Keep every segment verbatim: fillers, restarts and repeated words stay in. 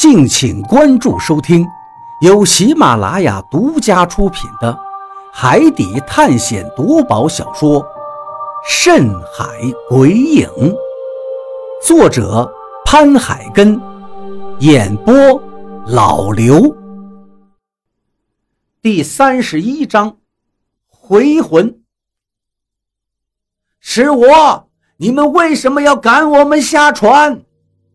敬请关注收听，由喜马拉雅独家出品的海底探险夺宝小说《深海鬼影》，作者潘海根，演播老刘。第三十一章，回魂。是我，你们为什么要赶我们下船？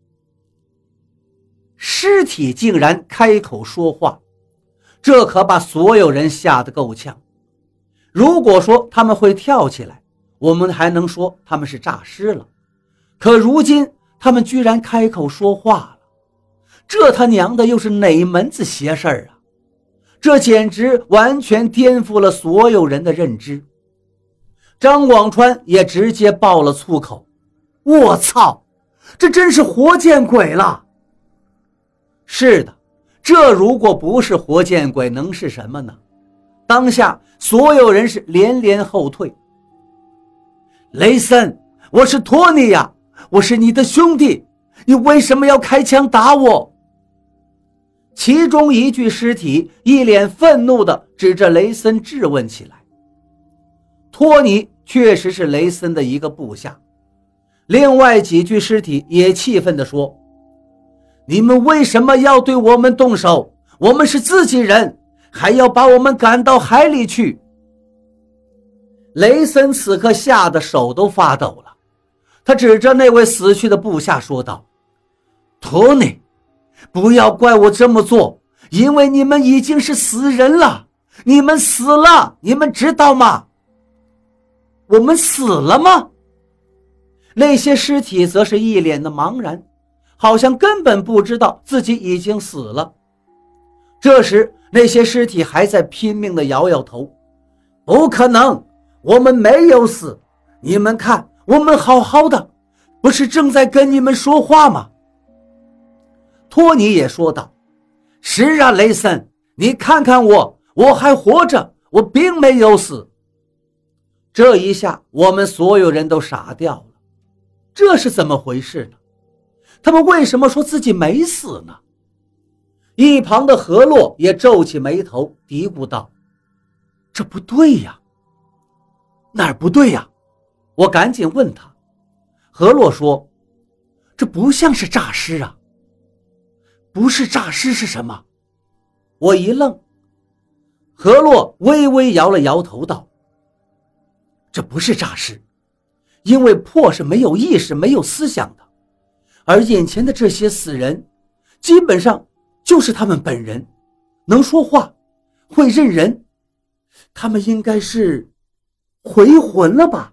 尸体竟然开口说话，这可把所有人吓得够呛。如果说他们会跳起来，我们还能说他们是诈尸了，可如今他们居然开口说话了，这他娘的又是哪门子邪事儿啊？这简直完全颠覆了所有人的认知。张广川也直接爆了粗口，我操，这真是活见鬼了。是的，这如果不是活见鬼能是什么呢？当下所有人是连连后退。雷森，我是托尼呀，我是你的兄弟，你为什么要开枪打我？其中一具尸体一脸愤怒地指着雷森质问起来。托尼确实是雷森的一个部下，另外几具尸体也气愤地说，你们为什么要对我们动手？我们是自己人，还要把我们赶到海里去。雷森此刻吓得手都发抖了，他指着那位死去的部下说道，托尼，不要怪我这么做，因为你们已经是死人了，你们死了，你们知道吗？我们死了吗？那些尸体则是一脸的茫然，好像根本不知道自己已经死了。这时那些尸体还在拼命地摇摇头，不可能，我们没有死，你们看我们好好的，不是正在跟你们说话吗？托尼也说道，是啊，雷森，你看看我，我还活着，我并没有死。这一下我们所有人都傻掉了，这是怎么回事呢？他们为什么说自己没死呢？一旁的何洛也皱起眉头嘀咕道，这不对呀。哪儿不对呀？我赶紧问他。何洛说，这不像是诈尸啊。不是诈尸是什么？我一愣。何洛微微摇了摇头道，这不是诈尸，因为魄是没有意识没有思想的，而眼前的这些死人基本上就是他们本人，能说话，会认人，他们应该是回魂了吧？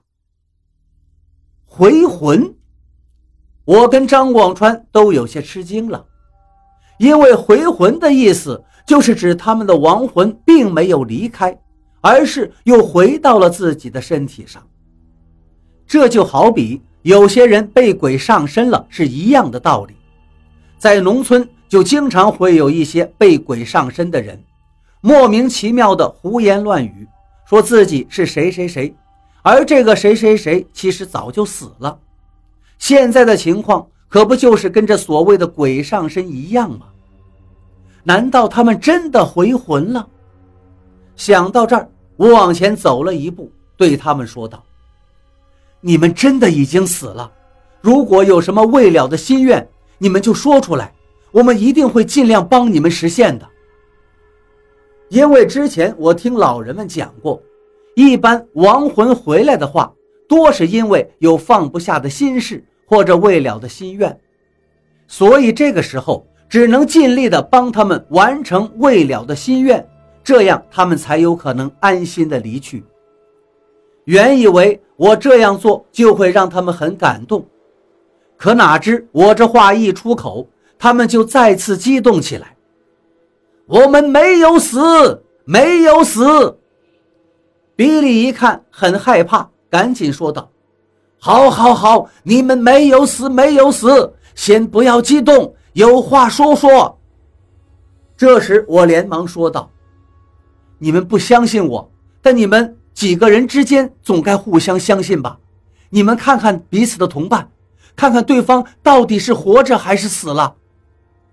回魂？我跟张广川都有些吃惊了，因为回魂的意思就是指他们的亡魂并没有离开，而是又回到了自己的身体上。这就好比有些人被鬼上身了是一样的道理。在农村就经常会有一些被鬼上身的人，莫名其妙的胡言乱语，说自己是谁谁谁，而这个谁谁谁其实早就死了。现在的情况可不就是跟这所谓的鬼上身一样吗？难道他们真的回魂了？想到这儿，我往前走了一步，对他们说道，你们真的已经死了，如果有什么未了的心愿，你们就说出来，我们一定会尽量帮你们实现的。因为之前我听老人们讲过，一般亡魂回来的话，多是因为有放不下的心事或者未了的心愿，所以这个时候只能尽力的帮他们完成未了的心愿，这样他们才有可能安心的离去。原以为我这样做就会让他们很感动，可哪知我这话一出口，他们就再次激动起来，我们没有死，没有死。比利一看很害怕，赶紧说道，好好好，你们没有死，没有死，先不要激动，有话说说。这时我连忙说道，你们不相信我，但你们几个人之间总该互相相信吧？你们看看彼此的同伴，看看对方到底是活着还是死了。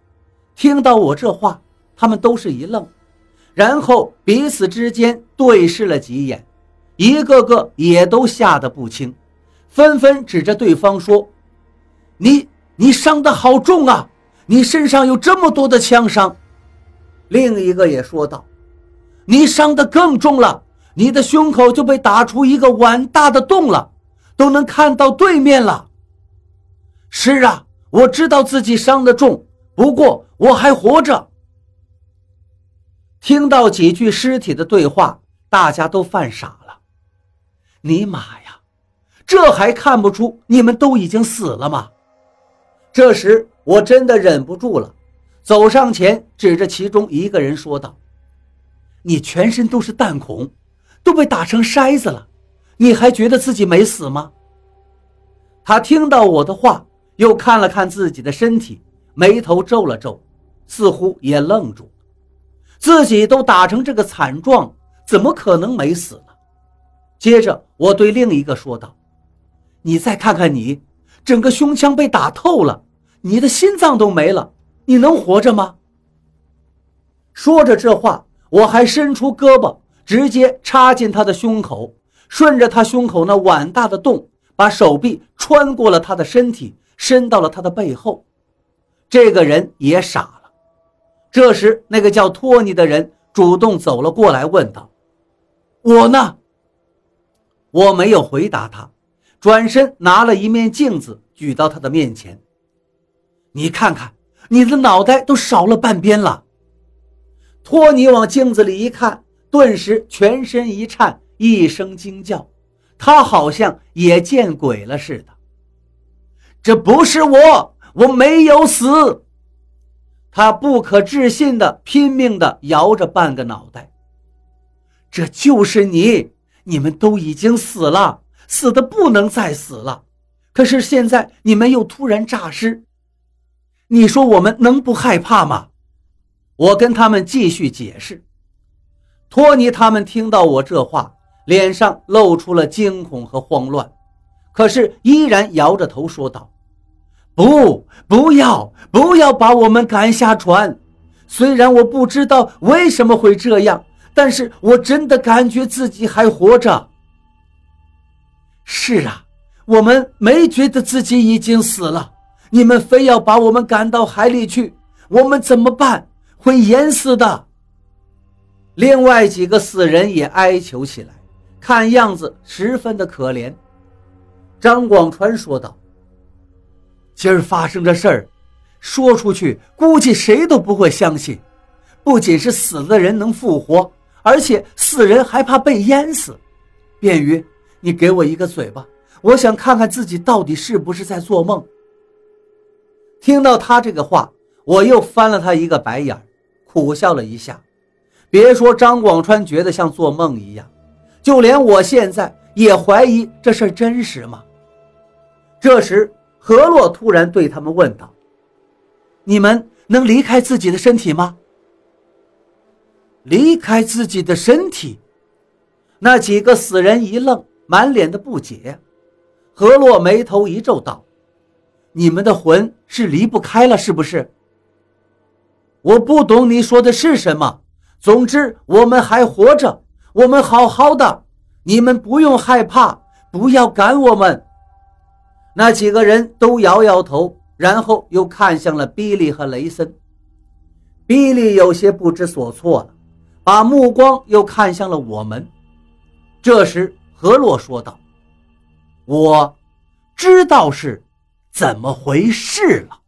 听到我这话，他们都是一愣，然后彼此之间对视了几眼，一个个也都吓得不轻，纷纷指着对方说：你你伤得好重啊，你身上有这么多的枪伤。另一个也说道：你伤得更重了，你的胸口就被打出一个碗大的洞了，都能看到对面了。是啊，我知道自己伤得重，不过我还活着。听到几句尸体的对话，大家都犯傻了。尼玛呀，这还看不出你们都已经死了吗？这时我真的忍不住了，走上前指着其中一个人说道：你全身都是弹孔，都被打成筛子了，你还觉得自己没死吗？他听到我的话，又看了看自己的身体，眉头皱了皱，似乎也愣住。自己都打成这个惨状，怎么可能没死呢？接着我对另一个说道：你再看看你，整个胸腔被打透了，你的心脏都没了，你能活着吗？说着这话，我还伸出胳膊直接插进他的胸口，顺着他胸口那碗大的洞，把手臂穿过了他的身体，伸到了他的背后。这个人也傻了。这时那个叫托尼的人主动走了过来，问道：我呢？我没有回答他，转身拿了一面镜子举到他的面前。你看看，你的脑袋都少了半边了。托尼往镜子里一看，顿时全身一颤，一声惊叫，他好像也见鬼了似的。这不是我，我没有死。他不可置信地拼命地摇着半个脑袋。这就是你，你们都已经死了，死得不能再死了，可是现在你们又突然诈尸，你说我们能不害怕吗？我跟他们继续解释。托尼他们听到我这话，脸上露出了惊恐和慌乱，可是依然摇着头说道：不，不要，不要把我们赶下船。虽然我不知道为什么会这样，但是我真的感觉自己还活着。是啊，我们没觉得自己已经死了，你们非要把我们赶到海里去，我们怎么办？会淹死的。另外几个死人也哀求起来，看样子十分的可怜。张广川说道：今儿发生这事儿，说出去估计谁都不会相信，不仅是死了的人能复活，而且死人还怕被淹死。便于，你给我一个嘴巴，我想看看自己到底是不是在做梦。听到他这个话，我又翻了他一个白眼，苦笑了一下。别说张广川觉得像做梦一样，就连我现在也怀疑这事儿真实吗？这时何洛突然对他们问道：你们能离开自己的身体吗？离开自己的身体？那几个死人一愣，满脸的不解。何洛眉头一皱道：你们的魂是离不开了是不是？我不懂你说的是什么，总之我们还活着，我们好好的，你们不用害怕，不要赶我们。那几个人都摇摇头，然后又看向了比利和雷森。比利有些不知所措了，把目光又看向了我们。这时何洛说道：我知道是怎么回事了。